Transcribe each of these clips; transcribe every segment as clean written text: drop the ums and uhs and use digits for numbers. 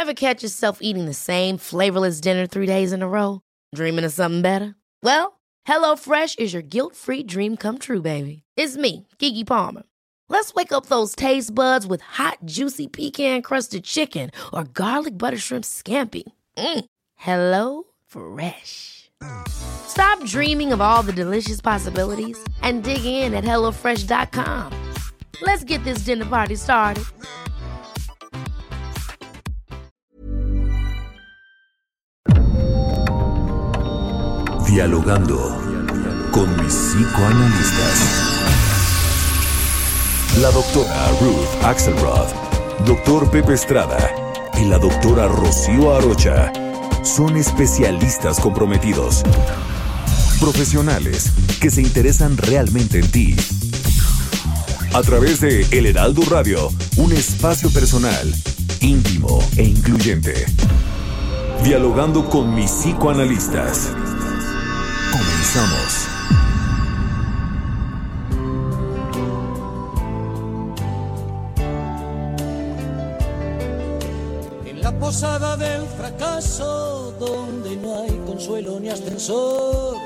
Ever catch yourself eating the same flavorless dinner 3 days in a row? Dreaming of something better? Well, HelloFresh is your guilt-free dream come true, baby. It's me, Keke Palmer. Let's wake up those taste buds with hot, juicy pecan-crusted chicken or garlic butter shrimp scampi. Hello Fresh. Stop dreaming of all the delicious possibilities and dig in at HelloFresh.com. Let's get this dinner party started. Dialogando con mis psicoanalistas. La doctora Ruth Axelrod, doctor Pepe Estrada y la doctora Rocío Arocha son especialistas comprometidos, profesionales que se interesan realmente en ti. A través de El Heraldo Radio, un espacio personal, íntimo e incluyente. Dialogando con mis psicoanalistas. Comenzamos. En la posada del fracaso, donde no hay consuelo ni ascensor,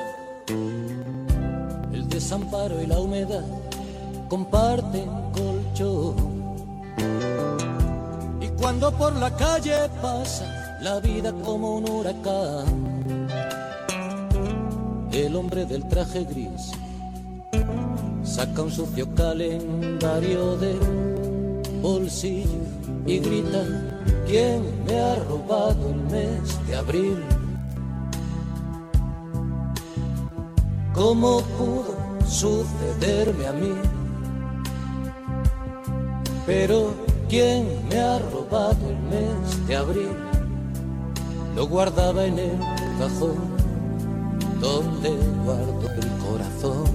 el desamparo y la humedad comparten colchón. Y cuando por la calle pasa la vida como un huracán, el hombre del traje gris saca un sucio calendario del bolsillo y grita: ¿quién me ha robado el mes de abril? ¿Cómo pudo sucederme a mí? Pero ¿quién me ha robado el mes de abril? Lo guardaba en el cajón donde guardo el corazón.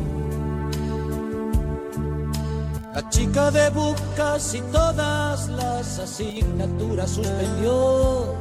La chica de casi todas las asignaturas suspendió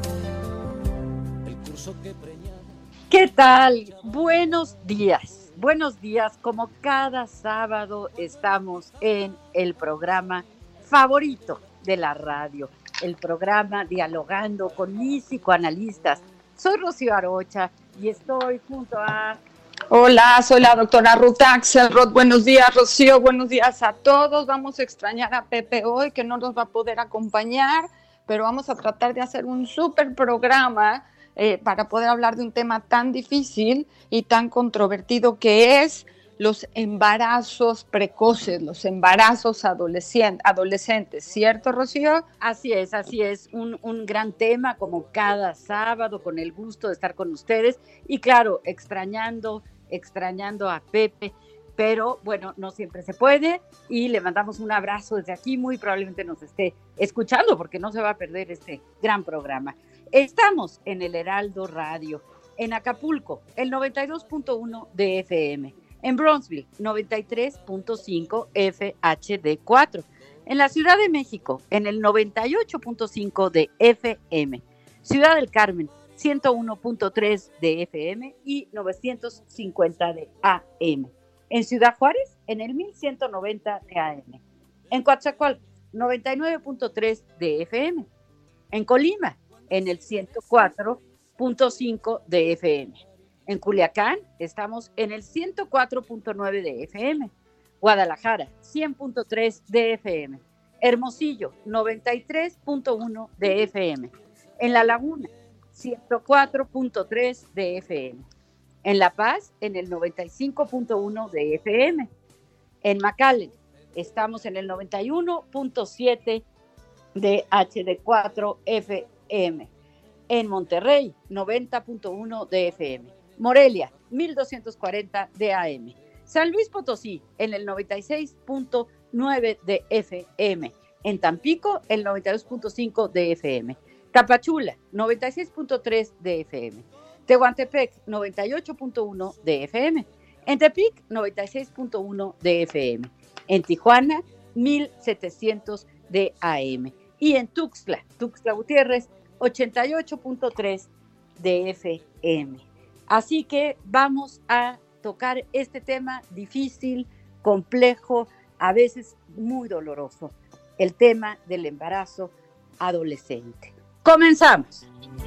el curso que preñaba. ¿Qué tal? Buenos días. Buenos días. Como cada sábado estamos en el programa favorito de la radio, el programa Dialogando con mis psicoanalistas. Soy Rocío Arocha y estoy junto a... Hola, soy la doctora Ruth Axelrod. Buenos días, Rocío. Buenos días a todos. Vamos a extrañar a Pepe hoy, que no nos va a poder acompañar, pero vamos a tratar de hacer un súper programa para poder hablar de un tema tan difícil y tan controvertido que es los embarazos precoces, los embarazos adolescentes, ¿cierto, Rocío? Así es, un gran tema como cada sábado, con el gusto de estar con ustedes y claro, extrañando a Pepe, pero bueno, no siempre se puede y le mandamos un abrazo desde aquí, muy probablemente nos esté escuchando porque no se va a perder este gran programa. Estamos en el Heraldo Radio, en Acapulco, el 92.1 de FM. En Bronzeville, 93.5 FHD4. En la Ciudad de México, en el 98.5 de FM. Ciudad del Carmen, 101.3 de FM y 950 de AM. En Ciudad Juárez, en el 1190 de AM. En Coatzacoalcos, 99.3 de FM. En Colima, en el 104.5 de FM. En Culiacán estamos en el 104.9 de FM, Guadalajara 100.3 de FM, Hermosillo 93.1 de FM, en La Laguna 104.3 de FM, en La Paz en el 95.1 de FM, en McAllen estamos en el 91.7 de HD4 FM, en Monterrey 90.1 de FM, Morelia, 1240 de AM. San Luis Potosí, en el 96.9 de FM. En Tampico, el 92.5 de FM. Tapachula, 96.3 de FM. Tehuantepec, 98.1 de FM. En Tepic, 96.1 de FM. En Tijuana, 1700 de AM. Y en Tuxtla Gutiérrez, 88.3 de FM. Así que vamos a tocar este tema difícil, complejo, a veces muy doloroso, el tema del embarazo adolescente. Comenzamos.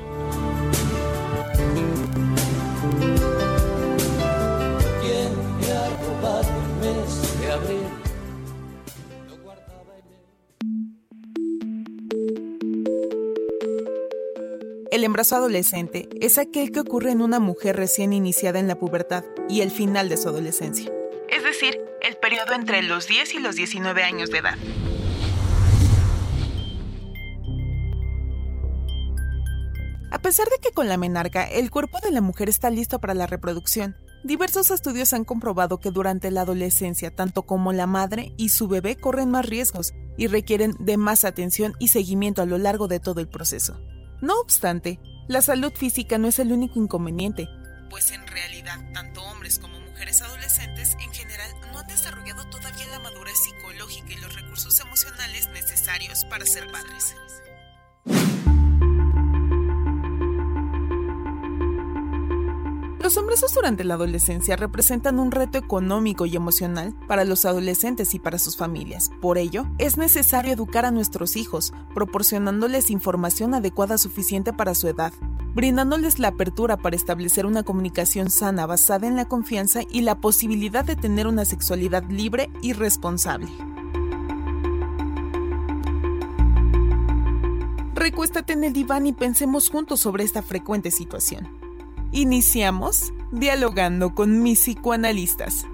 ¿Quién me ha robado el mes de abril? Lo guardaba en El embarazo adolescente es aquel que ocurre en una mujer recién iniciada en la pubertad y el final de su adolescencia. Es decir, el periodo entre los 10 y los 19 años de edad. A pesar de que con la menarca el cuerpo de la mujer está listo para la reproducción, diversos estudios han comprobado que durante la adolescencia tanto como la madre y su bebé corren más riesgos y requieren de más atención y seguimiento a lo largo de todo el proceso. No obstante, la salud física no es el único inconveniente, pues en realidad tanto hombres como mujeres adolescentes en general no han desarrollado todavía la madurez psicológica y los recursos emocionales necesarios para ser padres. Los embarazos durante la adolescencia representan un reto económico y emocional para los adolescentes y para sus familias. Por ello, es necesario educar a nuestros hijos, proporcionándoles información adecuada suficiente para su edad, brindándoles la apertura para establecer una comunicación sana basada en la confianza y la posibilidad de tener una sexualidad libre y responsable. Recuéstate en el diván y pensemos juntos sobre esta frecuente situación. Iniciamos dialogando con mis psicoanalistas.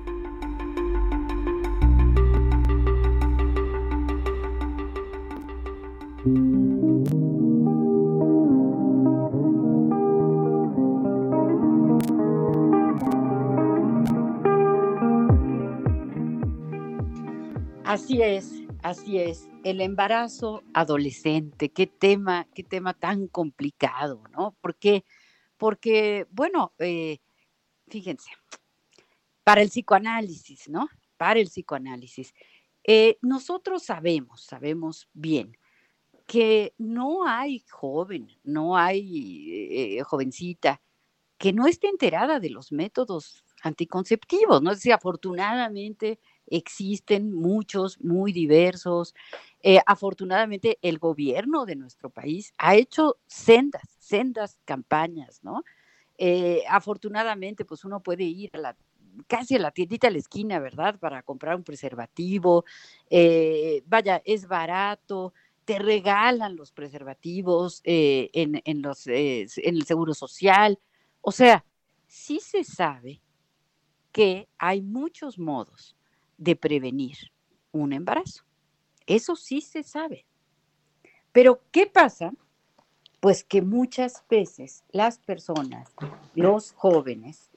Así es. El embarazo adolescente, qué tema tan complicado, ¿no? Porque bueno, fíjense, para el psicoanálisis, ¿no? Para el psicoanálisis, nosotros sabemos bien que no hay joven, no hay jovencita que no esté enterada de los métodos anticonceptivos, ¿no? Es decir, afortunadamente existen muchos, muy diversos. Afortunadamente el gobierno de nuestro país ha hecho sendas campañas, ¿no? Afortunadamente, pues uno puede ir casi a la tiendita de la esquina, ¿verdad? Para comprar un preservativo. Vaya, es barato. Te regalan los preservativos en el Seguro Social. O sea, sí se sabe que hay muchos modos de prevenir un embarazo. Eso sí se sabe. Pero, ¿qué pasa? Pues que muchas veces las personas, los jóvenes,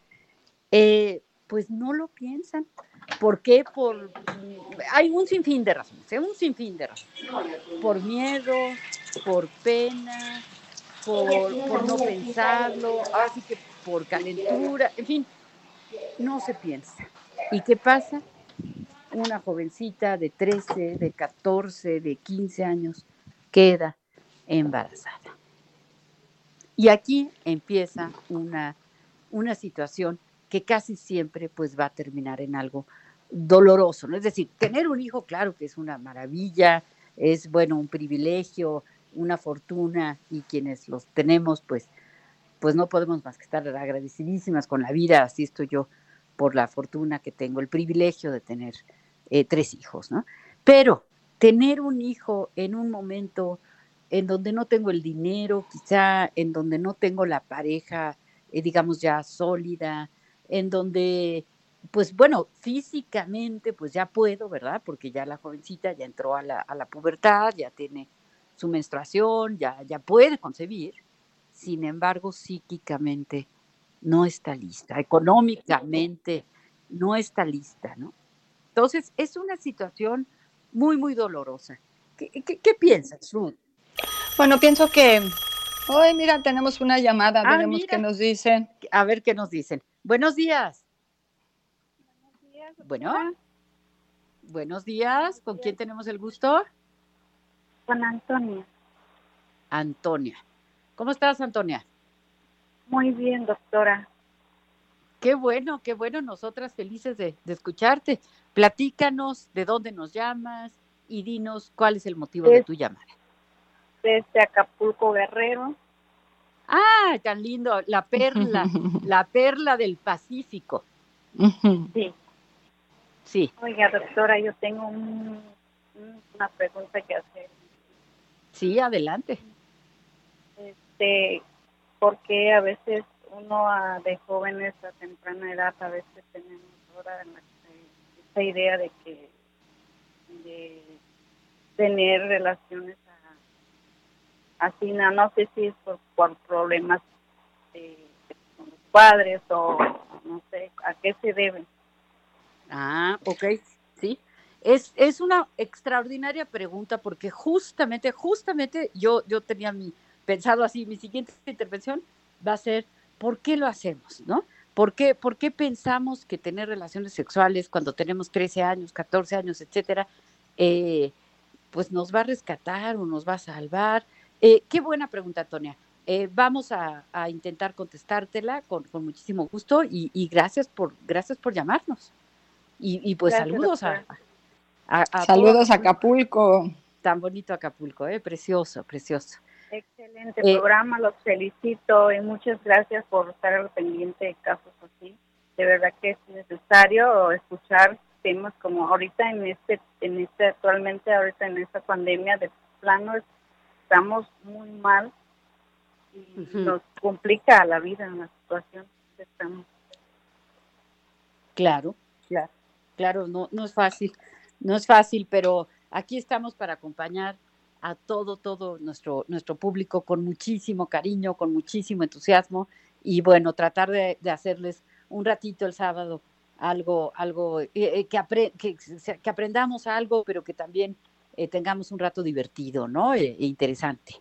pues no lo piensan. ¿Por qué? Hay un sinfín de razones, Por miedo, por pena, por no pensarlo, así que por calentura, en fin, no se piensa. ¿Y qué pasa? Una jovencita de 13, de 14, de 15 años queda embarazada. Y aquí empieza una situación que casi siempre pues va a terminar en algo doloroso, ¿no? Es decir, tener un hijo, claro que es una maravilla, es bueno, un privilegio, una fortuna, y quienes los tenemos pues no podemos más que estar agradecidísimas con la vida. Así estoy yo, por la fortuna que tengo, el privilegio de tener 3 hijos, ¿no? Pero tener un hijo en un momento en donde no tengo el dinero, quizá en donde no tengo la pareja, digamos, ya sólida, en donde, pues bueno, físicamente pues ya puedo, ¿verdad? Porque ya la jovencita ya entró a la pubertad, ya tiene su menstruación, ya puede concebir. Sin embargo, psíquicamente no está lista, económicamente no está lista, ¿no? Entonces, es una situación muy, muy dolorosa. ¿Qué piensas, Ruth? Bueno, pienso que hoy, mira, tenemos una llamada, veremos mira. qué nos dicen. A ver qué nos dicen. Buenos días. Buenos días, doctora. Bueno, buenos días. ¿Con quién tenemos el gusto? Con Antonia. Antonia. ¿Cómo estás, Antonia? Muy bien, doctora. Qué bueno, nosotras felices de escucharte. Platícanos de dónde nos llamas y dinos cuál es el motivo de tu llamada. de Acapulco, Guerrero. Ah, tan lindo, la perla del Pacífico. Sí. Sí. Oiga, doctora, yo tengo una pregunta que hacer. Sí, adelante. Porque a veces uno de jóvenes a temprana edad, a veces tenemos ahora esa idea de tener relaciones así, no sé si es por problemas con los padres o no sé a qué se debe. Ah, ok, sí. Es una extraordinaria pregunta porque justamente yo tenía pensado así, mi siguiente intervención va a ser ¿por qué lo hacemos, no? ¿Por qué pensamos que tener relaciones sexuales cuando tenemos 13 años, 14 años, etcétera, pues nos va a rescatar o nos va a salvar? Qué buena pregunta, Antonia. Vamos a intentar contestártela con muchísimo gusto y gracias por llamarnos. Y pues Gracias, saludos doctora. a saludos todo a Acapulco. Tan bonito Acapulco, precioso. Excelente programa, los felicito y muchas gracias por estar al pendiente de casos así. De verdad que es necesario escuchar temas como ahorita actualmente ahorita en esta pandemia de plano estamos muy mal y nos complica la vida en la situación que estamos. Claro, no es fácil, pero aquí estamos para acompañar a todo nuestro público con muchísimo cariño, con muchísimo entusiasmo y bueno, tratar de hacerles un ratito el sábado algo que aprendamos algo, pero que también tengamos un rato divertido, ¿no? E interesante.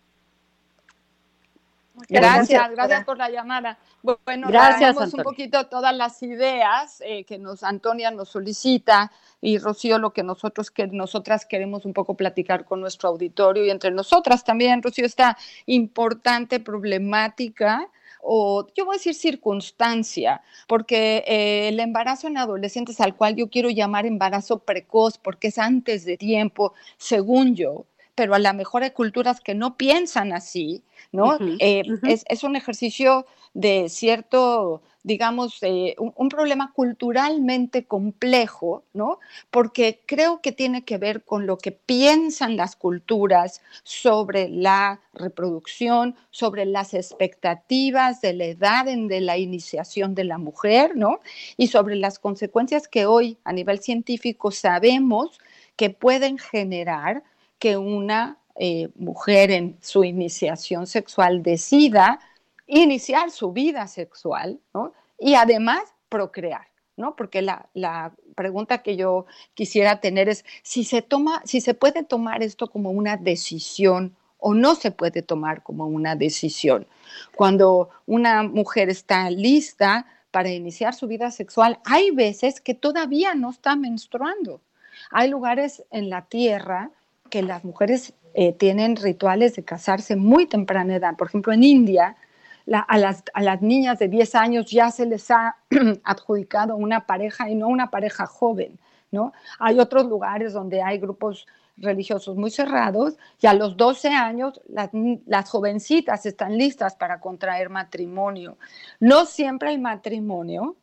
Gracias por la llamada. Bueno, traemos un poquito todas las ideas que Antonia nos solicita y Rocío lo que nosotras queremos un poco platicar con nuestro auditorio y entre nosotras también, Rocío, esta importante problemática o yo voy a decir circunstancia, porque el embarazo en adolescentes al cual yo quiero llamar embarazo precoz porque es antes de tiempo, según yo, pero a lo mejor hay culturas que no piensan así, ¿no? Es un ejercicio de cierto, digamos, un problema culturalmente complejo, ¿no? Porque creo que tiene que ver con lo que piensan las culturas sobre la reproducción, sobre las expectativas de la edad de la iniciación de la mujer, ¿no? Y sobre las consecuencias que hoy a nivel científico sabemos que pueden generar que una mujer en su iniciación sexual decida iniciar su vida sexual, ¿no? Y además procrear, ¿no? Porque la pregunta que yo quisiera tener es si se puede tomar esto como una decisión o no se puede tomar como una decisión. Cuando una mujer está lista para iniciar su vida sexual, hay veces que todavía no está menstruando. Hay lugares en la tierra que las mujeres tienen rituales de casarse muy temprana edad. Por ejemplo, en India, a las niñas de 10 años ya se les ha adjudicado una pareja y no una pareja joven, ¿no? Hay otros lugares donde hay grupos religiosos muy cerrados y a los 12 años las jovencitas están listas para contraer matrimonio. No siempre el matrimonio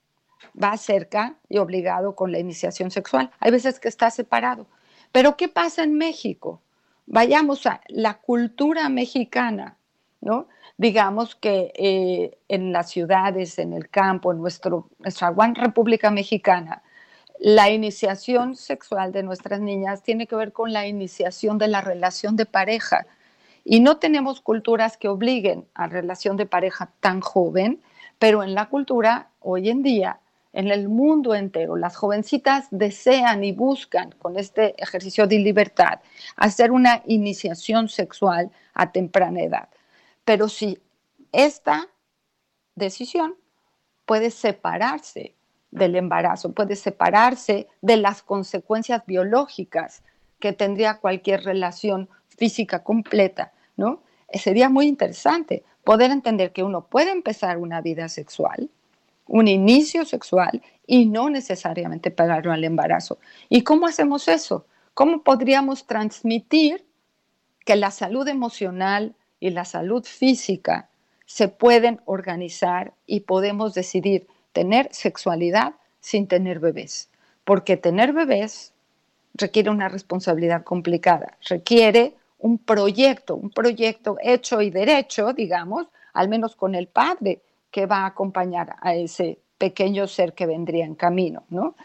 va cerca y obligado con la iniciación sexual. Hay veces que está separado. Pero ¿qué pasa en México? Vayamos a la cultura mexicana, ¿no? Digamos que en las ciudades, en el campo, en nuestra gran República Mexicana, la iniciación sexual de nuestras niñas tiene que ver con la iniciación de la relación de pareja. Y no tenemos culturas que obliguen a relación de pareja tan joven, pero en la cultura hoy en día, en el mundo entero, las jovencitas desean y buscan con este ejercicio de libertad hacer una iniciación sexual a temprana edad. Pero si esta decisión puede separarse del embarazo, puede separarse de las consecuencias biológicas que tendría cualquier relación física completa, ¿no? Sería muy interesante poder entender que uno puede empezar una vida sexual, un inicio sexual y no necesariamente pegarlo al embarazo. ¿Y cómo hacemos eso? ¿Cómo podríamos transmitir que la salud emocional y la salud física se pueden organizar y podemos decidir tener sexualidad sin tener bebés, porque tener bebés requiere una responsabilidad complicada, requiere un proyecto hecho y derecho, digamos, al menos con el padre que va a acompañar a ese pequeño ser que vendría en camino, ¿no?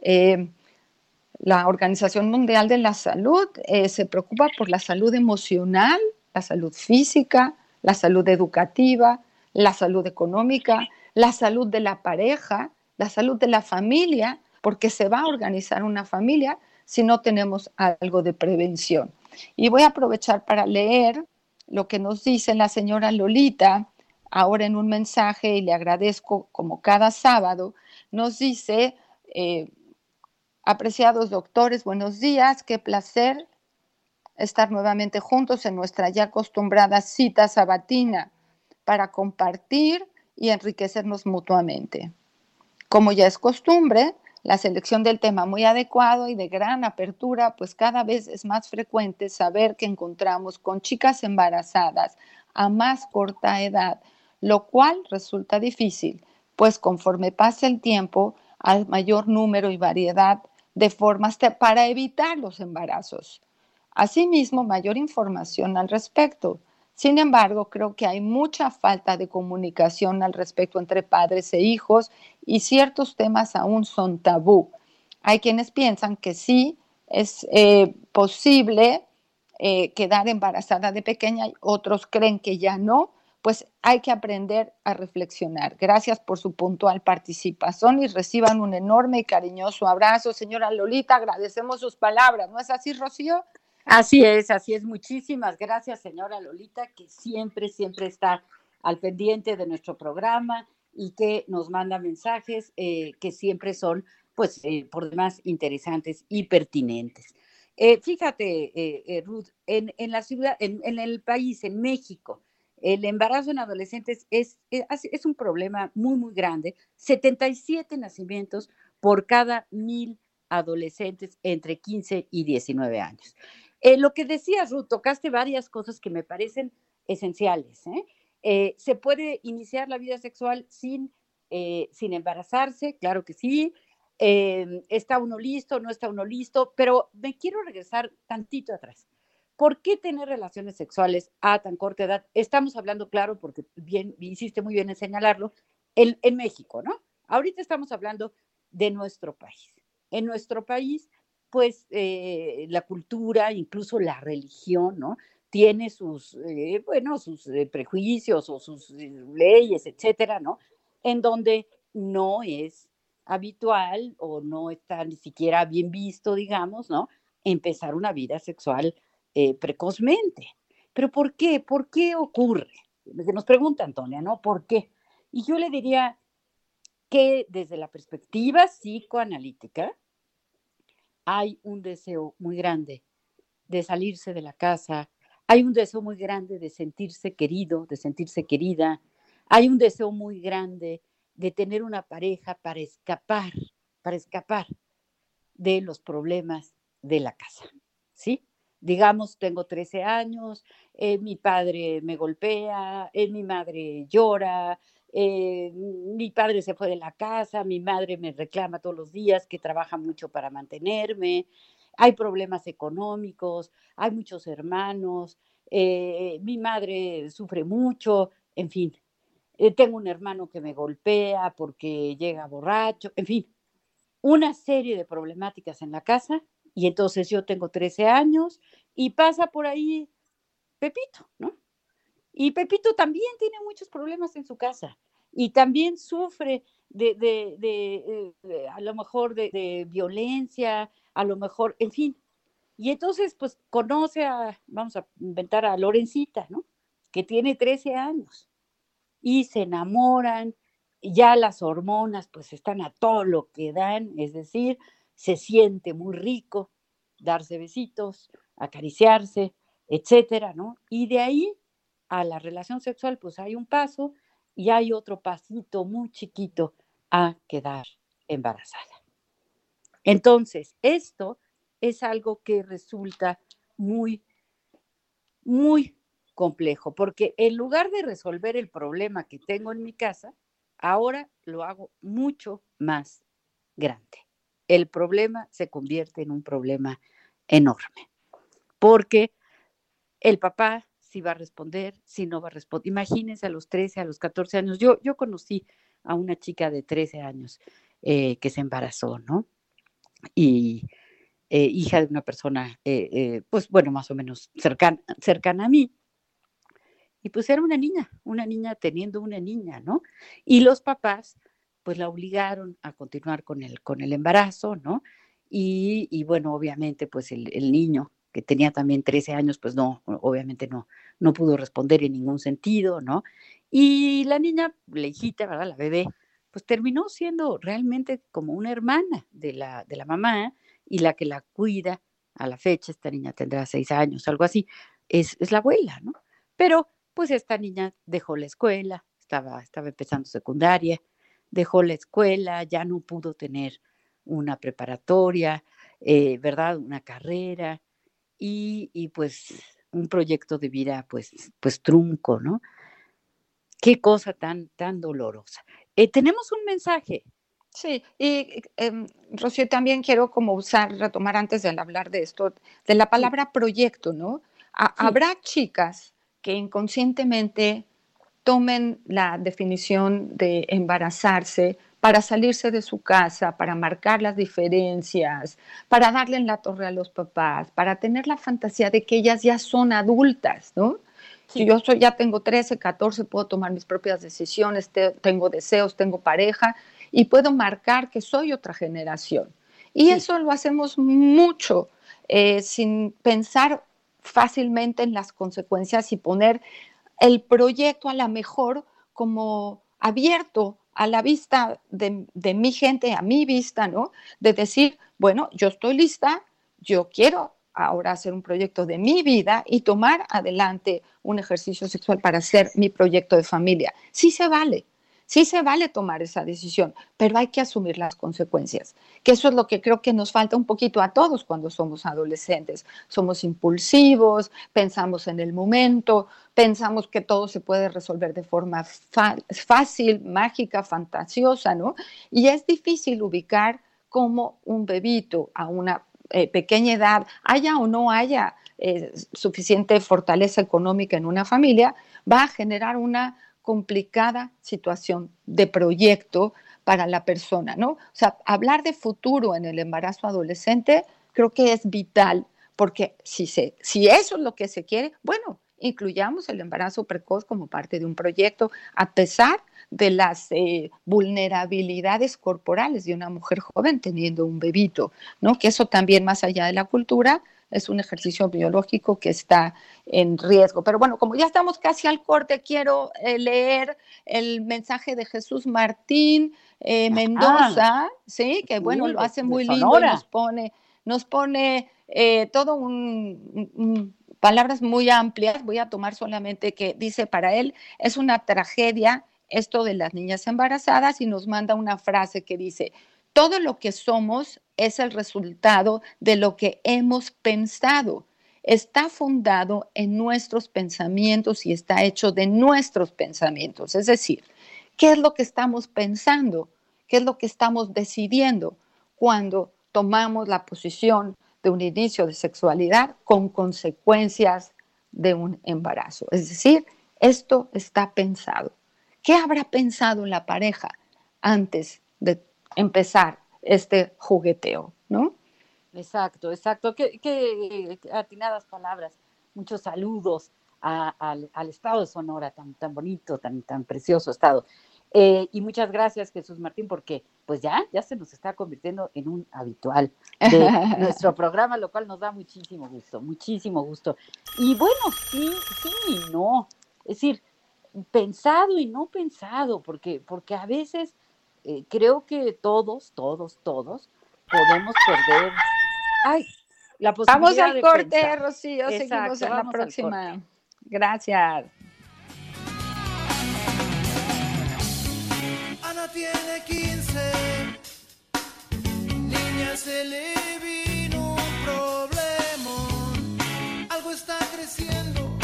La Organización Mundial de la Salud se preocupa por la salud emocional, la salud física, la salud educativa, la salud económica, la salud de la pareja, la salud de la familia, porque se va a organizar una familia si no tenemos algo de prevención. Y voy a aprovechar para leer lo que nos dice la señora Lolita ahora en un mensaje, y le agradezco como cada sábado. Nos dice: apreciados doctores, buenos días, qué placer estar nuevamente juntos en nuestra ya acostumbrada cita sabatina para compartir y enriquecernos mutuamente. Como ya es costumbre, la selección del tema muy adecuado y de gran apertura, pues cada vez es más frecuente saber que encontramos con chicas embarazadas a más corta edad, lo cual resulta difícil, pues conforme pasa el tiempo hay mayor número y variedad de formas para evitar los embarazos. Asimismo, mayor información al respecto. Sin embargo, creo que hay mucha falta de comunicación al respecto entre padres e hijos y ciertos temas aún son tabú. Hay quienes piensan que sí es posible quedar embarazada de pequeña, otros creen que ya no. Pues hay que aprender a reflexionar. Gracias por su puntual participación y reciban un enorme y cariñoso abrazo. Señora Lolita, agradecemos sus palabras. ¿No es así, Rocío? Así es, así es. Muchísimas gracias, señora Lolita, que siempre está al pendiente de nuestro programa y que nos manda mensajes que siempre son, pues, por demás interesantes y pertinentes. Fíjate, Ruth, en la ciudad, en el país, en México, el embarazo en adolescentes es un problema muy, muy grande. 77 nacimientos por cada 1,000 adolescentes entre 15 y 19 años. Lo que decías, Ruth, tocaste varias cosas que me parecen esenciales. ¿Se puede iniciar la vida sexual sin embarazarse? Claro que sí. ¿Está uno listo? ¿No está uno listo? Pero me quiero regresar tantito atrás. ¿Por qué tener relaciones sexuales a tan corta edad? Estamos hablando, claro, porque bien, hiciste muy bien en señalarlo, en México, ¿no? Ahorita estamos hablando de nuestro país. En nuestro país, pues la cultura, incluso la religión, ¿no? Tiene sus, sus prejuicios o sus leyes, etcétera, ¿no? En donde no es habitual o no está ni siquiera bien visto, digamos, ¿no? Empezar una vida sexual precozmente. ¿Pero por qué? ¿Por qué ocurre? Nos pregunta Antonia, ¿no? ¿Por qué? Y yo le diría que desde la perspectiva psicoanalítica hay un deseo muy grande de salirse de la casa, hay un deseo muy grande de sentirse querido, de sentirse querida, hay un deseo muy grande de tener una pareja para escapar de los problemas de la casa, ¿sí? Digamos, tengo 13 años, mi padre me golpea, mi madre llora, mi padre se fue de la casa, mi madre me reclama todos los días que trabaja mucho para mantenerme, hay problemas económicos, hay muchos hermanos, mi madre sufre mucho, en fin, tengo un hermano que me golpea porque llega borracho, en fin, una serie de problemáticas en la casa. Y entonces yo tengo 13 años y pasa por ahí Pepito, ¿no? Y Pepito también tiene muchos problemas en su casa y también sufre a lo mejor de violencia, a lo mejor, en fin. Y entonces, pues, vamos a inventar a Lorencita, ¿no? Que tiene 13 años y se enamoran, ya las hormonas, pues, están a todo lo que dan, es decir, se siente muy rico darse besitos, acariciarse, etcétera, ¿no? Y de ahí a la relación sexual, pues hay un paso y hay otro pasito muy chiquito a quedar embarazada. Entonces, esto es algo que resulta muy muy complejo, porque en lugar de resolver el problema que tengo en mi casa, ahora lo hago mucho más grande. El problema se convierte en un problema enorme, porque el papá si va a responder, si no va a responder. Imagínense a los 13, a los 14 años. Yo conocí a una chica de 13 años que se embarazó, ¿no? Y hija de una persona, pues bueno, más o menos cercana a mí. Y pues era una niña teniendo una niña, ¿no? Y los papás, pues la obligaron a continuar con el embarazo, ¿no? Y bueno, obviamente, pues el niño, que tenía también 13 años, pues no, obviamente no pudo responder en ningún sentido, ¿no? Y la niña, la hijita, ¿verdad? La bebé, pues terminó siendo realmente como una hermana de la mamá, y la que la cuida a la fecha, esta niña tendrá 6 años, algo así, es la abuela, ¿no? Pero pues esta niña dejó la escuela, estaba empezando secundaria, dejó la escuela, ya no pudo tener una preparatoria, ¿verdad? Una carrera y pues un proyecto de vida pues trunco, ¿no? Qué cosa tan dolorosa. Tenemos un mensaje. Sí, y Rocío, también quiero como retomar antes de hablar de esto, de la palabra proyecto, ¿no? Habrá chicas que inconscientemente tomen la definición de embarazarse para salirse de su casa, para marcar las diferencias, para darle en la torre a los papás, para tener la fantasía de que ellas ya son adultas, ¿no? Sí. Ya tengo 13, 14, puedo tomar mis propias decisiones, tengo deseos, tengo pareja y puedo marcar que soy otra generación. Y eso lo hacemos mucho sin pensar fácilmente en las consecuencias y poner el proyecto a lo mejor como abierto a la vista de mi gente, a mi vista, ¿no? De decir, bueno, yo estoy lista, yo quiero ahora hacer un proyecto de mi vida y tomar adelante un ejercicio sexual para hacer mi proyecto de familia. Sí se vale tomar esa decisión, pero hay que asumir las consecuencias, que eso es lo que creo que nos falta un poquito a todos cuando somos adolescentes. Somos impulsivos, pensamos en el momento, pensamos que todo se puede resolver de forma fácil, mágica, fantasiosa, ¿no? Y es difícil ubicar cómo un bebito a una pequeña edad, haya o no haya suficiente fortaleza económica en una familia, va a generar una complicada situación de proyecto para la persona, ¿no? O sea, hablar de futuro en el embarazo adolescente creo que es vital, porque si eso es lo que se quiere, bueno, incluyamos el embarazo precoz como parte de un proyecto, a pesar de las vulnerabilidades corporales de una mujer joven teniendo un bebito, ¿no? Que eso también, más allá de la cultura, es un ejercicio biológico que está en riesgo. Pero bueno, como ya estamos casi al corte, quiero leer el mensaje de Jesús Martín Mendoza, ¿sí? Que bueno, lo hace muy lindo y nos pone todo palabras muy amplias. Voy a tomar solamente que dice, para él es una tragedia esto de las niñas embarazadas, y nos manda una frase que dice: todo lo que somos es el resultado de lo que hemos pensado. Está fundado en nuestros pensamientos y está hecho de nuestros pensamientos. Es decir, ¿qué es lo que estamos pensando? ¿Qué es lo que estamos decidiendo cuando tomamos la posición de un inicio de sexualidad con consecuencias de un embarazo? Es decir, esto está pensado. ¿Qué habrá pensado la pareja antes de empezar este jugueteo, ¿no? Exacto. Qué atinadas palabras. Muchos saludos al estado de Sonora, tan bonito, tan precioso estado. Y muchas gracias, Jesús Martín, porque pues ya se nos está convirtiendo en un habitual de nuestro programa, lo cual nos da muchísimo gusto. Y bueno, sí y no. Es decir, pensado y no pensado, porque a veces creo que todos podemos perder la posibilidad. Vamos al corte, pensar. Rocío. Exacto, seguimos en la próxima. Gracias. Ana tiene 15, niña, se le vino un problema, algo está creciendo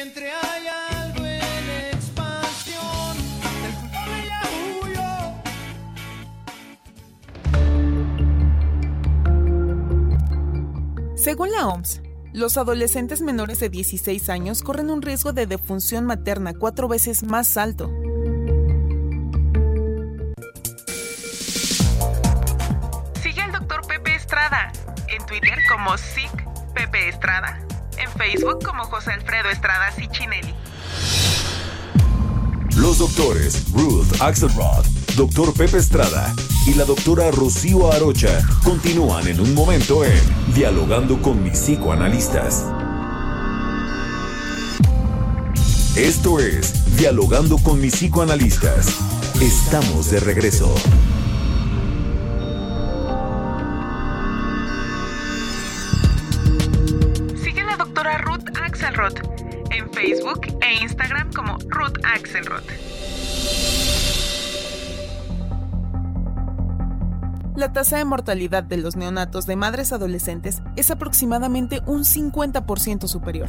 vientre hay algo en expansión. Del culpable ya huyó. Según la OMS, los adolescentes menores de 16 años corren un riesgo de defunción materna 4 veces más alto. Sigue al Dr. Pepe Estrada en Twitter como SIC Pepe Estrada, en Facebook como José Alfredo Estrada Ciccinelli. Los doctores Ruth Axelrod, Dr. Pepe Estrada y la doctora Rocío Arocha continúan en un momento en Dialogando con mis psicoanalistas. Esto es Dialogando con mis psicoanalistas. Estamos de regreso. Sigue a la doctora Ruth Axelrod en Facebook e Instagram como Ruth Axelrod. La tasa de mortalidad de los neonatos de madres adolescentes es aproximadamente un 50% superior.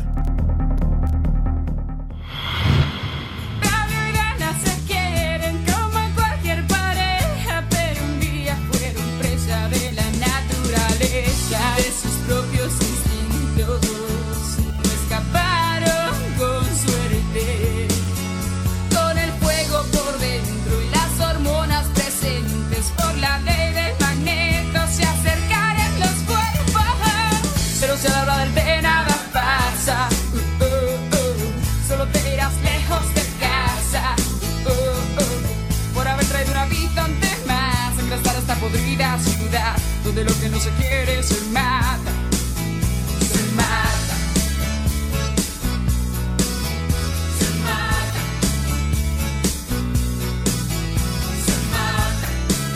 De sus propios instintos no escaparon con suerte, con el fuego por dentro y las hormonas presentes por la ley del magneto se acercaron los cuerpos, pero si a la hora del de nada pasa, solo te irás lejos de casa, por haber traído un habitante más, engresar esta podrida ciudad donde lo que no se quiere se mata, se mata, se mata, se mata.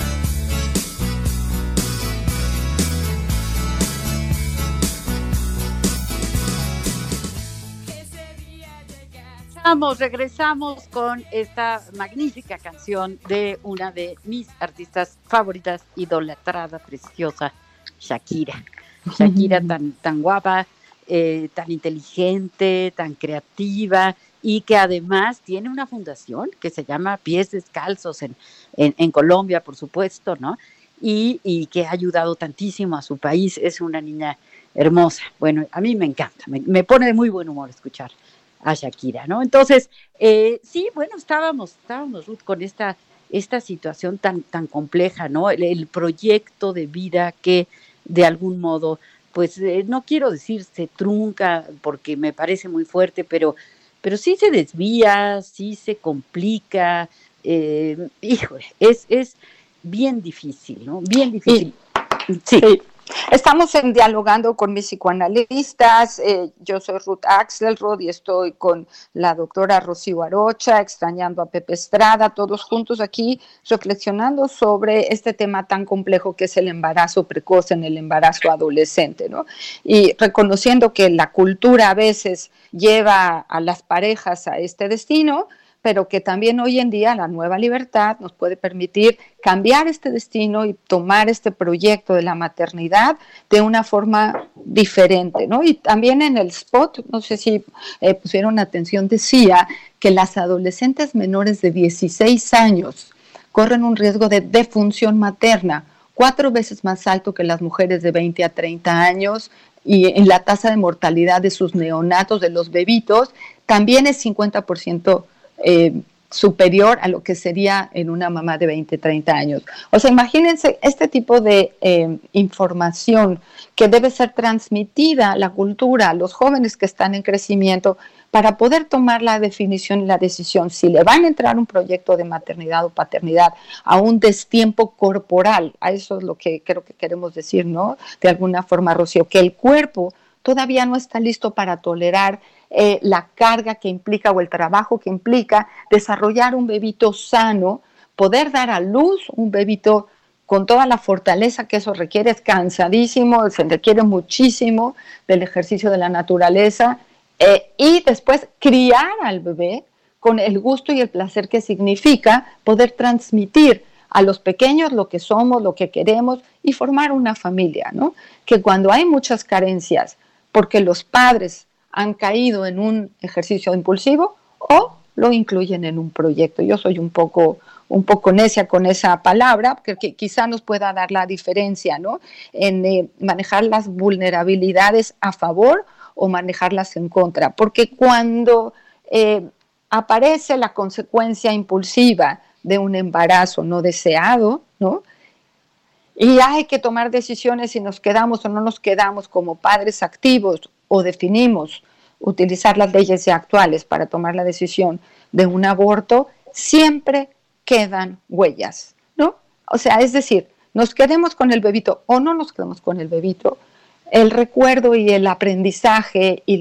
Regresamos con esta magnífica canción de una de mis artistas favoritas, idolatrada, preciosa, Shakira. Shakira tan guapa, tan inteligente, tan creativa y que además tiene una fundación que se llama Pies Descalzos en Colombia, por supuesto, ¿no? Y que ha ayudado tantísimo a su país. Es una niña hermosa. Bueno, a mí me encanta, me pone de muy buen humor escuchar a Shakira, ¿no? Entonces, sí, bueno, estábamos Ruth, con esta situación tan compleja, ¿no? El proyecto de vida que de algún modo, pues no quiero decir se trunca porque me parece muy fuerte, pero sí se desvía, sí se complica, híjole, es bien difícil, ¿no? Bien difícil. Sí. Estamos dialogando con mis psicoanalistas. Yo soy Ruth Axelrod y estoy con la doctora Rocío Arocha, extrañando a Pepe Estrada, todos juntos aquí reflexionando sobre este tema tan complejo que es el embarazo precoz en el embarazo adolescente, ¿no? Y reconociendo que la cultura a veces lleva a las parejas a este destino, pero que también hoy en día la nueva libertad nos puede permitir cambiar este destino y tomar este proyecto de la maternidad de una forma diferente, ¿no? Y también en el spot, no sé si pusieron atención, decía que las adolescentes menores de 16 años corren un riesgo de defunción materna 4 veces más alto que las mujeres de 20 a 30 años, y en la tasa de mortalidad de sus neonatos, de los bebitos, también es 50% superior a lo que sería en una mamá de 20, 30 años. O sea, imagínense este tipo de información que debe ser transmitida a la cultura, a los jóvenes que están en crecimiento, para poder tomar la definición y la decisión si le van a entrar un proyecto de maternidad o paternidad a un destiempo corporal. A eso es lo que creo que queremos decir, ¿no? De alguna forma, Rocío, que el cuerpo todavía no está listo para tolerar la carga que implica o el trabajo que implica desarrollar un bebito sano, poder dar a luz un bebito con toda la fortaleza que eso requiere. Es cansadísimo, se requiere muchísimo del ejercicio de la naturaleza, y después criar al bebé con el gusto y el placer que significa poder transmitir a los pequeños lo que somos, lo que queremos, y formar una familia, ¿no? Que cuando hay muchas carencias, porque los padres han caído en un ejercicio impulsivo o lo incluyen en un proyecto. Yo soy un poco necia con esa palabra, porque quizá nos pueda dar la diferencia, ¿no? En manejar las vulnerabilidades a favor o manejarlas en contra, porque cuando aparece la consecuencia impulsiva de un embarazo no deseado, ¿no? Y hay que tomar decisiones si nos quedamos o no nos quedamos como padres activos o definimos utilizar las leyes ya actuales para tomar la decisión de un aborto, siempre quedan huellas, ¿no? O sea, es decir, nos quedemos con el bebito o no nos quedemos con el bebito, el recuerdo y el aprendizaje y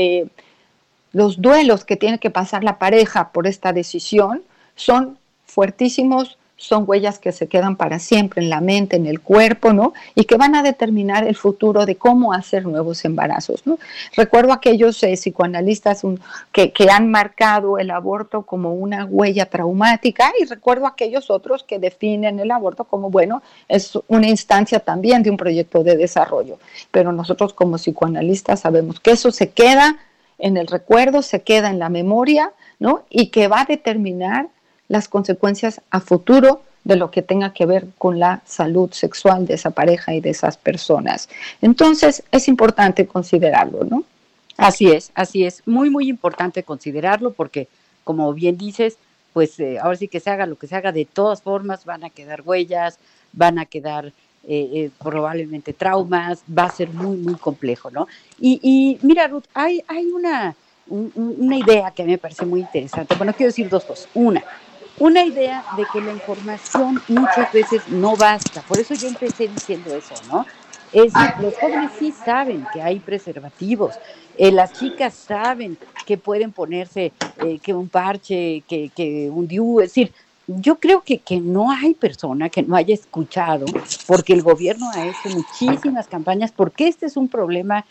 los duelos que tiene que pasar la pareja por esta decisión son fuertísimos, son huellas que se quedan para siempre en la mente, en el cuerpo, ¿no? Y que van a determinar el futuro de cómo hacer nuevos embarazos, ¿no? Recuerdo a aquellos psicoanalistas que han marcado el aborto como una huella traumática, y recuerdo a aquellos otros que definen el aborto como, bueno, es una instancia también de un proyecto de desarrollo. Pero nosotros como psicoanalistas sabemos que eso se queda en el recuerdo, se queda en la memoria, ¿no? Y que va a determinar las consecuencias a futuro de lo que tenga que ver con la salud sexual de esa pareja y de esas personas. Entonces, es importante considerarlo, ¿no? Así es, muy, muy importante considerarlo porque, como bien dices, pues ahora sí que se haga lo que se haga, de todas formas van a quedar huellas, van a quedar probablemente traumas, va a ser muy, muy complejo, ¿no? Y mira, Ruth, hay una idea que a mí me parece muy interesante. Bueno, quiero decir dos cosas. Una idea de que la información muchas veces no basta. Por eso yo empecé diciendo eso, ¿no? Es decir, los jóvenes sí saben que hay preservativos, las chicas saben que pueden ponerse que un parche, que un DIU, es decir, yo creo que no hay persona que no haya escuchado, porque el gobierno ha hecho muchísimas campañas, porque este es un problema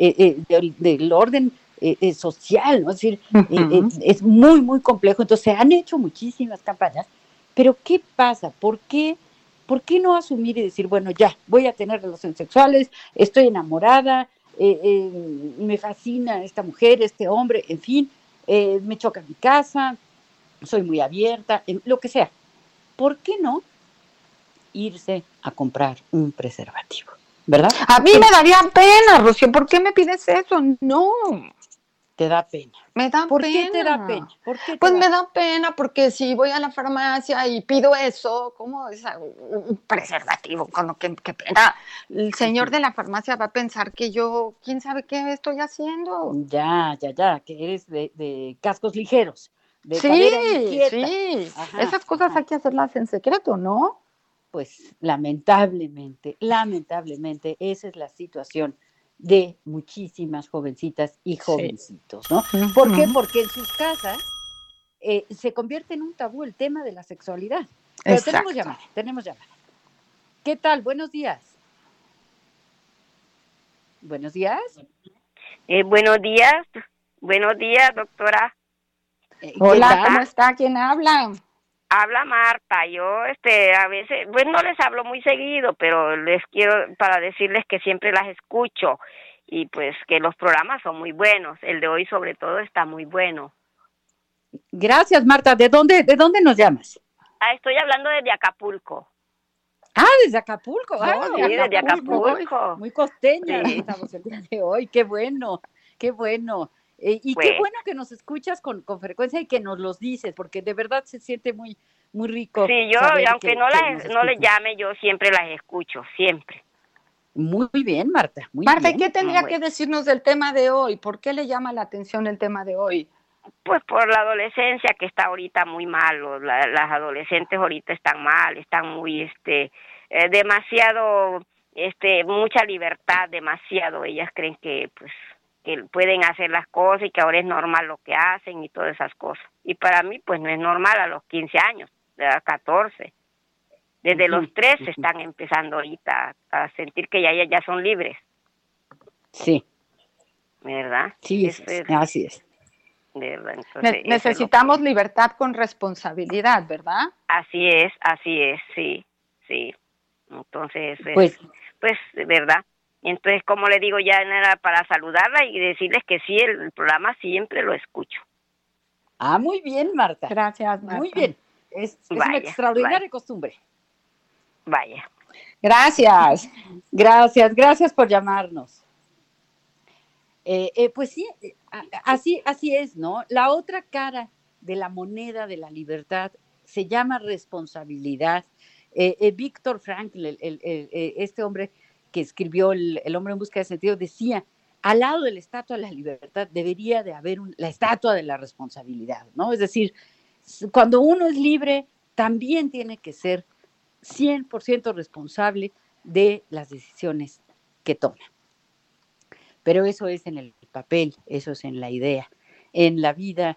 del orden social, ¿no? Es decir, es muy, muy complejo. Entonces, se han hecho muchísimas campañas, pero ¿qué pasa? ¿Por qué no asumir y decir, bueno, ya, voy a tener relaciones sexuales, estoy enamorada, me fascina esta mujer, este hombre, en fin, me choca mi casa, soy muy abierta, lo que sea? ¿Por qué no irse a comprar un preservativo? ¿Verdad? A mí me daría pena, Rocío. ¿Por qué me pides eso? No. Te da pena. Me da ¿Por pena. qué te da pena? Pues me da pena porque si voy a la farmacia y pido eso, ¿cómo es un preservativo? Qué pena. El señor de la farmacia va a pensar que yo, quién sabe qué estoy haciendo. Ya, que eres de cascos ligeros. De sí. Ajá, esas cosas hay que hacerlas en secreto, ¿no? Pues lamentablemente, esa es la situación de muchísimas jovencitas y jovencitos, ¿no? ¿Por qué? Porque en sus casas se convierte en un tabú el tema de la sexualidad. Pero tenemos llamada. ¿Qué tal? Buenos días. Buenos días. Buenos días, doctora. Hola, ¿cómo está? ¿Quién habla? Habla Marta. Yo a veces, pues no les hablo muy seguido, pero les quiero para decirles que siempre las escucho y pues que los programas son muy buenos. El de hoy sobre todo está muy bueno. Gracias, Marta. ¿De dónde nos llamas? Estoy hablando desde Acapulco. Desde Acapulco. Sí, desde Acapulco. Muy costeña estamos el día de hoy. Qué bueno. Y pues, qué bueno que nos escuchas con frecuencia y que nos los dices, porque de verdad se siente muy, muy rico. Sí, yo, aunque no les llame, yo siempre las escucho, siempre. Muy bien, Marta. Marta, ¿qué tendría que decirnos del tema de hoy? ¿Por qué le llama la atención el tema de hoy? Pues por la adolescencia que está ahorita muy mal. Las adolescentes ahorita están mal, están muy, demasiado, mucha libertad, demasiado. Ellas creen que, pues, que pueden hacer las cosas y que ahora es normal lo que hacen y todas esas cosas. Y para mí, pues no es normal a los 15 años, de los 14. Desde los 13 están empezando ahorita a sentir que ya son libres. Sí. ¿Verdad? Sí, así es. ¿Verdad? Entonces, necesitamos libertad con responsabilidad, ¿verdad? Así es, sí. Entonces, pues, ¿verdad? Entonces, como le digo, ya era para saludarla y decirles que sí, el programa siempre lo escucho. Ah, muy bien, Marta. Gracias, Marta. Muy bien. Es una Vaya, extraordinaria costumbre. Vaya. Gracias. Gracias por llamarnos. Pues sí, así es, ¿no? La otra cara de la moneda de la libertad se llama responsabilidad. Víctor Frankl, este hombre que escribió El hombre en busca de sentido, decía, al lado de la estatua de la libertad debería de haber la estatua de la responsabilidad, ¿no? Es decir, cuando uno es libre, también tiene que ser 100% responsable de las decisiones que toma. Pero eso es en el papel, eso es en la idea. En la vida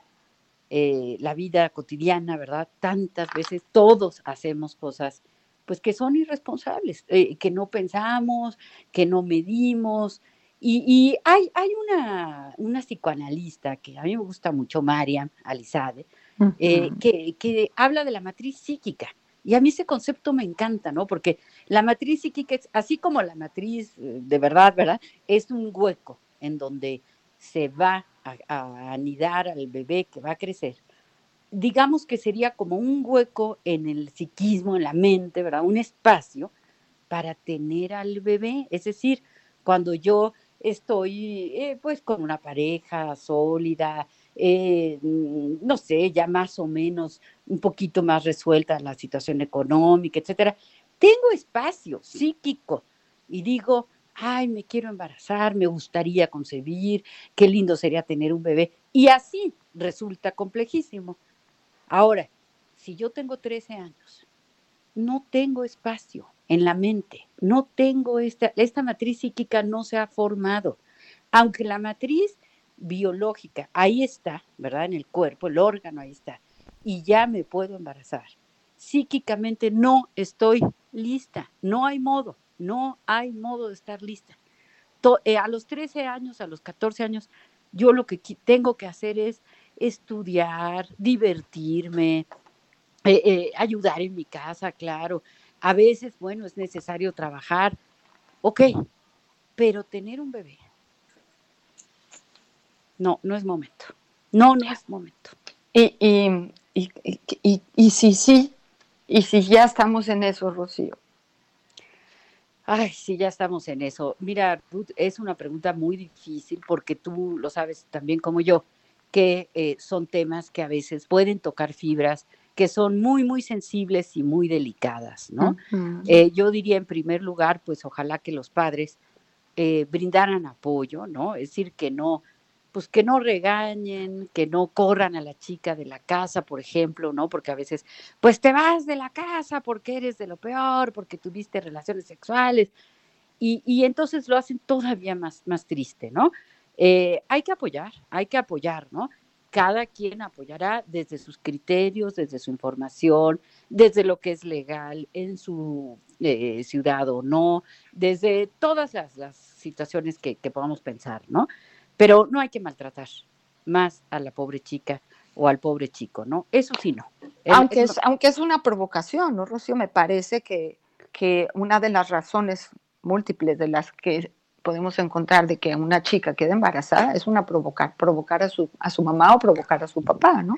cotidiana, ¿verdad? Tantas veces todos hacemos cosas pues que son irresponsables, que no pensamos, que no medimos. Y hay una psicoanalista que a mí me gusta mucho, Mariam Alizadeh, que habla de la matriz psíquica. Y a mí ese concepto me encanta, ¿no? Porque la matriz psíquica, así como la matriz de verdad, es un hueco en donde se va a anidar al bebé que va a crecer. Digamos que sería como un hueco en el psiquismo, en la mente, ¿verdad? Un espacio para tener al bebé. Es decir, cuando yo estoy pues con una pareja sólida, no sé, ya más o menos un poquito más resuelta la situación económica, etcétera, tengo espacio psíquico y digo, ay, me quiero embarazar, me gustaría concebir, qué lindo sería tener un bebé. Y así resulta complejísimo. Ahora, si yo tengo 13 años, no tengo espacio en la mente, no tengo esta matriz psíquica no se ha formado, aunque la matriz biológica ahí está, ¿verdad? En el cuerpo, el órgano ahí está, y ya me puedo embarazar. Psíquicamente no estoy lista, no hay modo de estar lista. A los 13 años, a los 14 años, yo lo que tengo que hacer es estudiar, divertirme, ayudar en mi casa, claro. A veces, bueno, es necesario trabajar, ok, pero tener un bebé, no es momento. No es momento. Y si ya estamos en eso, Rocío. Ay, sí, ya estamos en eso. Mira, Ruth, es una pregunta muy difícil porque tú lo sabes también como yo, que son temas que a veces pueden tocar fibras que son muy, muy sensibles y muy delicadas, ¿no? Uh-huh. Yo diría en primer lugar, pues ojalá que los padres brindaran apoyo, ¿no? Es decir, que no regañen, que no corran a la chica de la casa, por ejemplo, ¿no? Porque a veces, pues te vas de la casa porque eres de lo peor, porque tuviste relaciones sexuales, y entonces lo hacen todavía más triste, ¿no? Hay que apoyar, ¿no? Cada quien apoyará desde sus criterios, desde su información, desde lo que es legal en su ciudad o no, desde todas las situaciones que podamos pensar, ¿no? Pero no hay que maltratar más a la pobre chica o al pobre chico, ¿no? Eso sí no. Aunque es una provocación, ¿no, Rocío? Me parece que una de las razones múltiples de las que podemos encontrar de que una chica quede embarazada es provocar a su mamá o provocar a su papá, ¿no?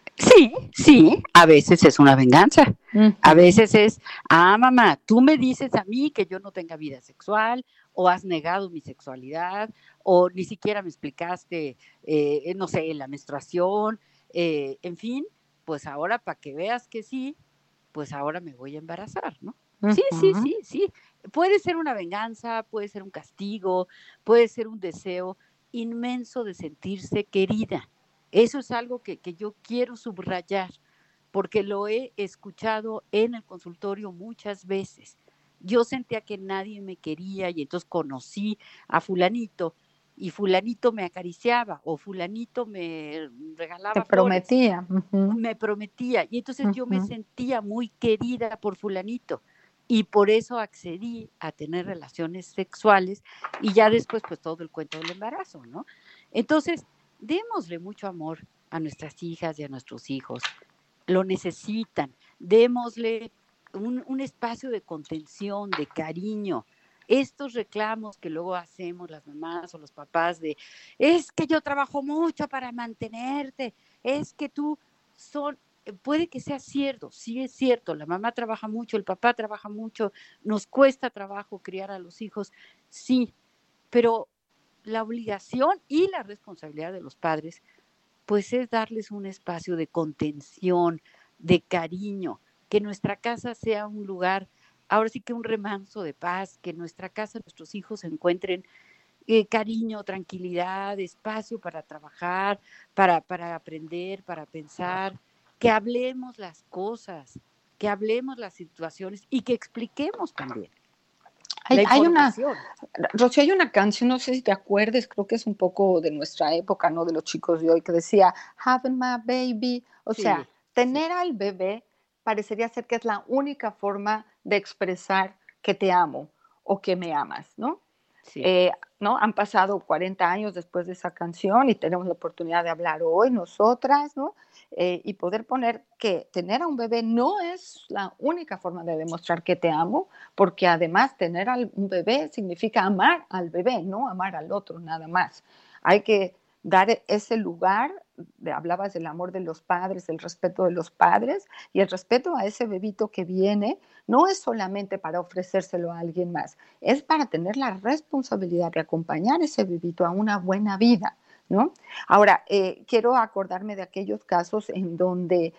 Sí, a veces es una venganza. Uh-huh. A veces es, mamá, tú me dices a mí que yo no tenga vida sexual, o has negado mi sexualidad, o ni siquiera me explicaste, no sé, la menstruación, en fin, pues ahora para que veas que sí, pues ahora me voy a embarazar, ¿no? Uh-huh. Sí. Puede ser una venganza, puede ser un castigo, puede ser un deseo inmenso de sentirse querida. Eso es algo que yo quiero subrayar, porque lo he escuchado en el consultorio muchas veces. Yo sentía que nadie me quería y entonces conocí a fulanito y fulanito me acariciaba o fulanito me regalaba flores. Prometía. Uh-huh. Me prometía y entonces yo me sentía muy querida por fulanito y por eso accedí a tener relaciones sexuales y ya después pues todo el cuento del embarazo, ¿no? Entonces, démosle mucho amor a nuestras hijas y a nuestros hijos. Lo necesitan. Démosle un espacio de contención, de cariño. estos reclamos que luego hacemos las mamás o los papás de, es que yo trabajo mucho para mantenerte, es que tú puede que sea cierto, sí es cierto, la mamá trabaja mucho, el papá trabaja mucho, nos cuesta trabajo criar a los hijos, sí, pero la obligación y la responsabilidad de los padres, pues es darles un espacio de contención, de cariño, que nuestra casa sea un lugar, ahora sí que un remanso de paz, que en nuestra casa nuestros hijos encuentren cariño, tranquilidad, espacio para trabajar, para aprender, para pensar, que hablemos las cosas, que hablemos las situaciones y que expliquemos también. Hay una, Rocío, hay una canción, no sé si te acuerdes, creo que es un poco de nuestra época, ¿no? De los chicos de hoy, que decía, having my baby, o sea, tener al bebé parecería ser que es la única forma de expresar que te amo o que me amas, ¿no? Sí. ¿No? Han pasado 40 años después de esa canción y tenemos la oportunidad de hablar hoy nosotras, ¿no? Y poder poner que tener a un bebé no es la única forma de demostrar que te amo, porque además tener a un bebé significa amar al bebé, no amar al otro nada más. Hay que dar ese lugar, hablabas del amor de los padres, del respeto de los padres, y el respeto a ese bebito que viene no es solamente para ofrecérselo a alguien más, es para tener la responsabilidad de acompañar a ese bebito a una buena vida, ¿no? Ahora, quiero acordarme de aquellos casos en donde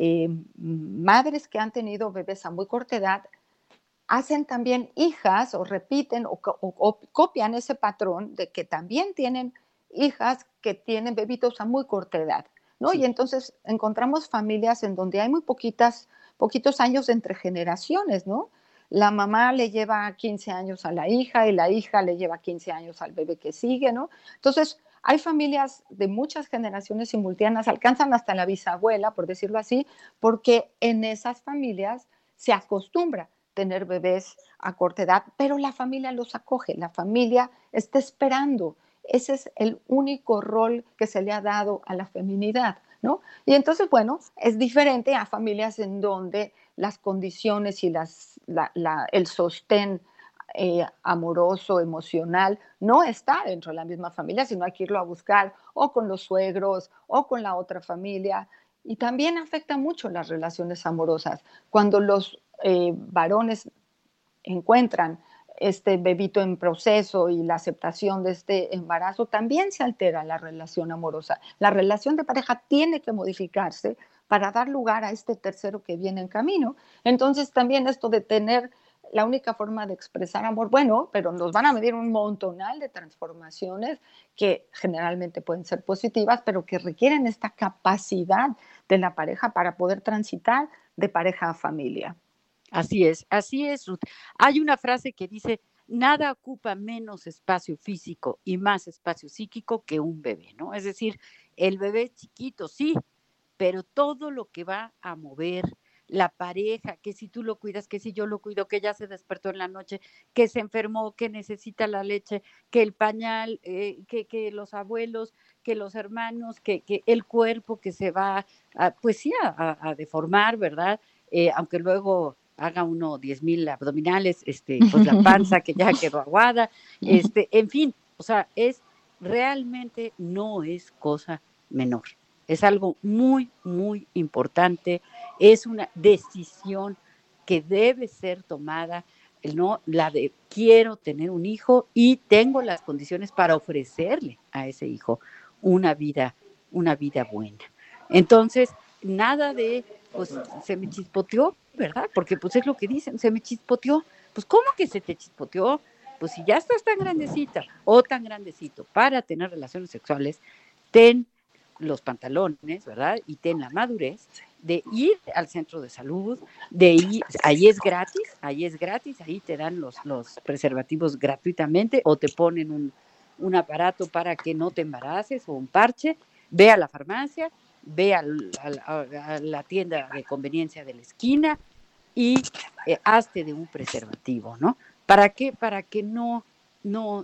madres que han tenido bebés a muy corta edad hacen también hijas o repiten o copian ese patrón de que también tienen hijas que tienen bebitos a muy corta edad, ¿no? Sí. Y entonces encontramos familias en donde hay muy poquitos años entre generaciones, ¿no? La mamá le lleva 15 años a la hija y la hija le lleva 15 años al bebé que sigue, ¿no? Entonces, hay familias de muchas generaciones simultáneas, alcanzan hasta la bisabuela, por decirlo así, porque en esas familias se acostumbra tener bebés a corta edad, pero la familia los acoge, la familia está esperando. Ese es el único rol que se le ha dado a la feminidad, ¿no? Y entonces, bueno, es diferente a familias en donde las condiciones y el sostén amoroso, emocional, no está dentro de la misma familia, sino hay que irlo a buscar o con los suegros o con la otra familia. Y también afecta mucho las relaciones amorosas. Cuando los varones encuentran este bebito en proceso y la aceptación de este embarazo, también se altera la relación amorosa. La relación de pareja tiene que modificarse para dar lugar a este tercero que viene en camino. Entonces también esto de tener la única forma de expresar amor, bueno, pero nos van a medir un montonal de transformaciones que generalmente pueden ser positivas, pero que requieren esta capacidad de la pareja para poder transitar de pareja a familia. Así es, Ruth. Hay una frase que dice, nada ocupa menos espacio físico y más espacio psíquico que un bebé, ¿no? Es decir, el bebé es chiquito, sí, pero todo lo que va a mover la pareja, que si tú lo cuidas, que si yo lo cuido, que ya se despertó en la noche, que se enfermó, que necesita la leche, que el pañal, que los abuelos, que los hermanos, que el cuerpo que se va a deformar, ¿verdad? Aunque luego haga uno 10,000 abdominales, pues la panza que ya quedó aguada, en fin, o sea, realmente no es cosa menor. Es algo muy, muy importante, es una decisión que debe ser tomada, ¿no? La de quiero tener un hijo y tengo las condiciones para ofrecerle a ese hijo una vida buena. Entonces, nada de, pues se me chispoteó, ¿verdad? Porque pues es lo que dicen, se me chispoteó. Pues ¿cómo que se te chispoteó? Pues si ya estás tan grandecita o tan grandecito para tener relaciones sexuales, ten los pantalones, ¿verdad? Y ten la madurez de ir al centro de salud, ahí es gratis, ahí te dan los preservativos gratuitamente o te ponen un aparato para que no te embaraces o un parche, ve a la farmacia, ve a la tienda de conveniencia de la esquina y hazte de un preservativo, ¿no? ¿Para qué? Para que no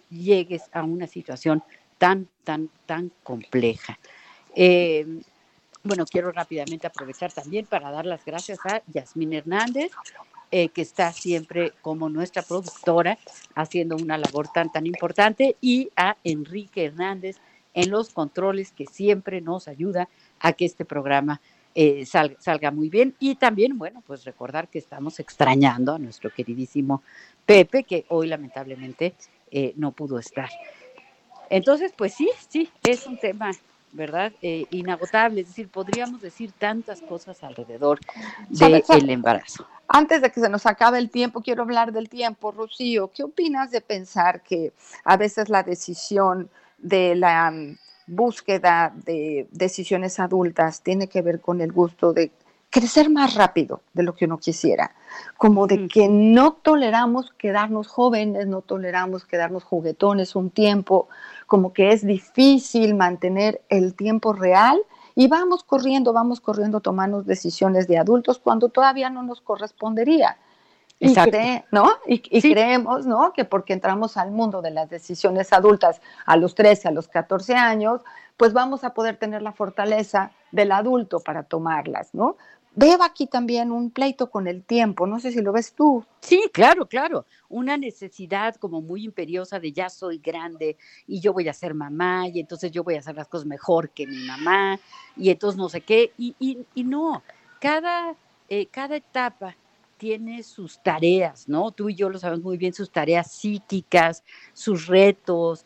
llegues a una situación tan compleja. Bueno, quiero rápidamente aprovechar también para dar las gracias a Yasmín Hernández, que está siempre como nuestra productora haciendo una labor tan importante, y a Enrique Hernández en los controles, que siempre nos ayuda a que este programa salga muy bien. Y también, bueno, pues recordar que estamos extrañando a nuestro queridísimo Pepe, que hoy lamentablemente no pudo estar. Entonces, pues sí, es un tema, ¿verdad? Inagotable, es decir, podríamos decir tantas cosas alrededor del embarazo. Antes de que se nos acabe el tiempo, quiero hablar del tiempo. Rocío, ¿qué opinas de pensar que a veces la decisión de la búsqueda de decisiones adultas tiene que ver con el gusto de crecer más rápido de lo que uno quisiera? Como de que no toleramos quedarnos jóvenes, no toleramos quedarnos juguetones un tiempo, como que es difícil mantener el tiempo real. Y vamos corriendo, tomando decisiones de adultos cuando todavía no nos correspondería. Y creemos, ¿no?, que porque entramos al mundo de las decisiones adultas a los 13, a los 14 años, pues vamos a poder tener la fortaleza del adulto para tomarlas, ¿no? Veo aquí también un pleito con el tiempo, no sé si lo ves tú. Sí, claro, una necesidad como muy imperiosa de ya soy grande y yo voy a ser mamá y entonces yo voy a hacer las cosas mejor que mi mamá y entonces no sé qué, y no, cada etapa tiene sus tareas, ¿no? Tú y yo lo sabemos muy bien, sus tareas psíquicas, sus retos,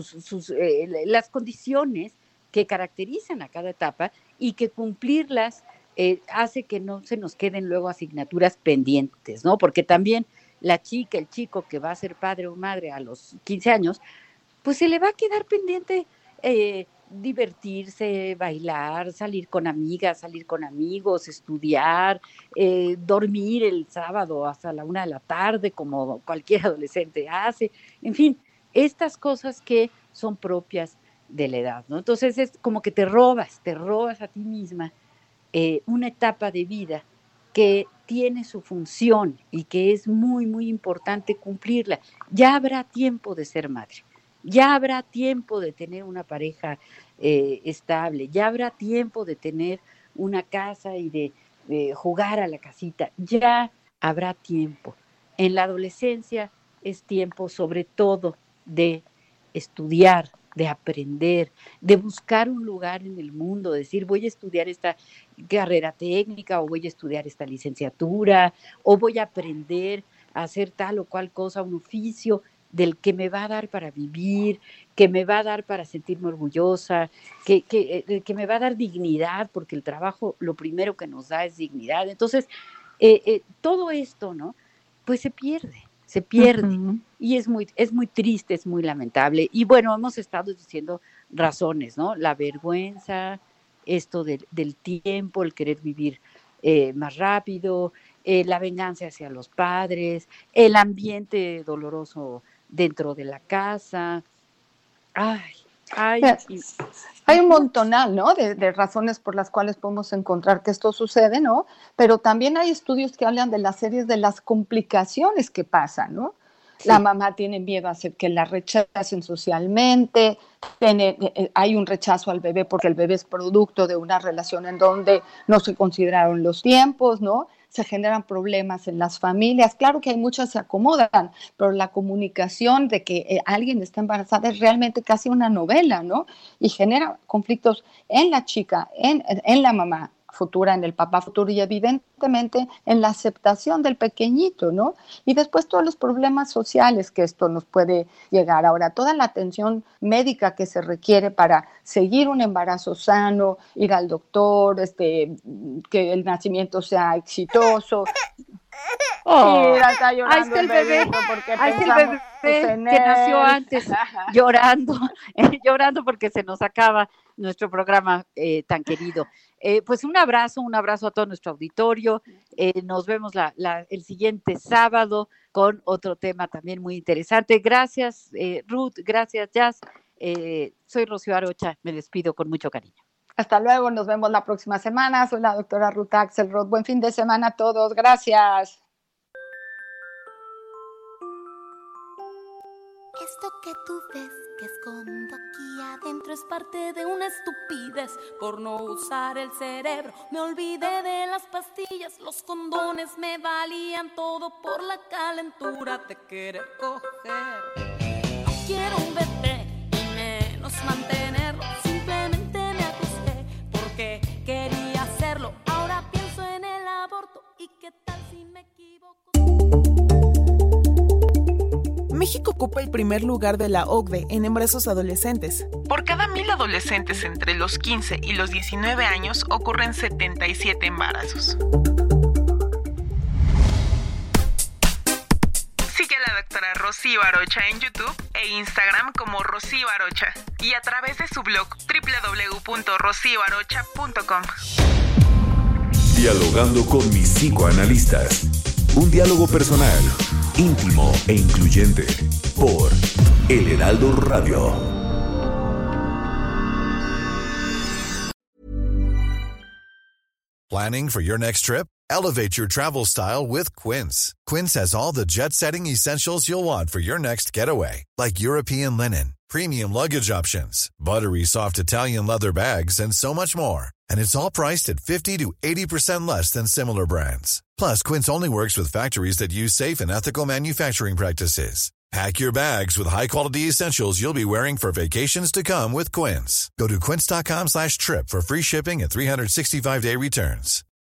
las condiciones que caracterizan a cada etapa, y que cumplirlas hace que no se nos queden luego asignaturas pendientes, ¿no? Porque también la chica, el chico que va a ser padre o madre a los 15 años, pues se le va a quedar pendiente divertirse, bailar, salir con amigas, salir con amigos, estudiar, dormir el sábado hasta la 1 de la tarde, como cualquier adolescente hace. En fin, estas cosas que son propias de la edad, ¿no? Entonces es como que te robas a ti misma una etapa de vida que tiene su función y que es muy importante cumplirla. Ya habrá tiempo de ser madre, ya habrá tiempo de tener una pareja estable, ya habrá tiempo de tener una casa y de jugar a la casita, ya habrá tiempo. En la adolescencia es tiempo sobre todo de estudiar, de aprender, de buscar un lugar en el mundo, decir voy a estudiar esta carrera técnica o voy a estudiar esta licenciatura o voy a aprender a hacer tal o cual cosa, un oficio del que me va a dar para vivir, que me va a dar para sentirme orgullosa, que me va a dar dignidad, porque el trabajo lo primero que nos da es dignidad. Entonces, todo esto, ¿no?, pues se pierde. Y es muy triste, es muy lamentable. Y bueno, hemos estado diciendo razones, ¿no? La vergüenza, esto del tiempo, el querer vivir más rápido, la venganza hacia los padres, el ambiente doloroso dentro de la casa. Hay un montonal, ¿no?, de razones por las cuales podemos encontrar que esto sucede, ¿no? Pero también hay estudios que hablan de las series de las complicaciones que pasan, ¿no? Sí. La mamá tiene miedo a hacer que la rechacen socialmente, hay un rechazo al bebé porque el bebé es producto de una relación en donde no se consideraron los tiempos, ¿no? Se generan problemas en las familias. Claro que hay muchas se acomodan, pero la comunicación de que alguien está embarazada es realmente casi una novela, ¿no? Y genera conflictos en la chica, en la mamá futura, en el papá futuro y evidentemente en la aceptación del pequeñito, ¿no? Y después todos los problemas sociales que esto nos puede llegar. Ahora, toda la atención médica que se requiere para seguir un embarazo sano, ir al doctor, que el nacimiento sea exitoso. Mira, está llorando. Ahí está el bebé, que nació antes, llorando porque se nos acaba nuestro programa tan querido. Pues un abrazo a todo nuestro auditorio. Nos vemos el siguiente sábado con otro tema también muy interesante. Gracias, Ruth. Gracias, Jazz. Soy Rocío Arocha. Me despido con mucho cariño. Hasta luego. Nos vemos la próxima semana. Soy la doctora Ruth Axelrod. Buen fin de semana a todos. Gracias. Esto que tú ves que escondo aquí adentro adentro es parte de una estupidez por no usar el cerebro. Me olvidé de las pastillas, los condones me valían todo por la calentura de querer coger. No quiero un bebé y menos mantenerlo, simplemente me acosté porque quería hacerlo. Ahora pienso en el aborto y qué tal si me equivoco. México ocupa el primer lugar de la OCDE en embarazos adolescentes. Por cada 1,000 adolescentes entre los 15 y los 19 años ocurren 77 embarazos. Sigue a la doctora Rocío Arocha en YouTube e Instagram como Rocío Arocha y a través de su blog www.rocioarocha.com. Dialogando con mis psicoanalistas. Un diálogo personal, íntimo e incluyente por El Heraldo Radio. Planning for your next trip? Elevate your travel style with Quince. Quince has all the jet-setting essentials you'll want for your next getaway, like European linen, premium luggage options, buttery soft Italian leather bags, and so much more. And it's all priced at 50 to 80% less than similar brands. Plus, Quince only works with factories that use safe and ethical manufacturing practices. Pack your bags with high-quality essentials you'll be wearing for vacations to come with Quince. Go to quince.com/trip for free shipping and 365-day returns.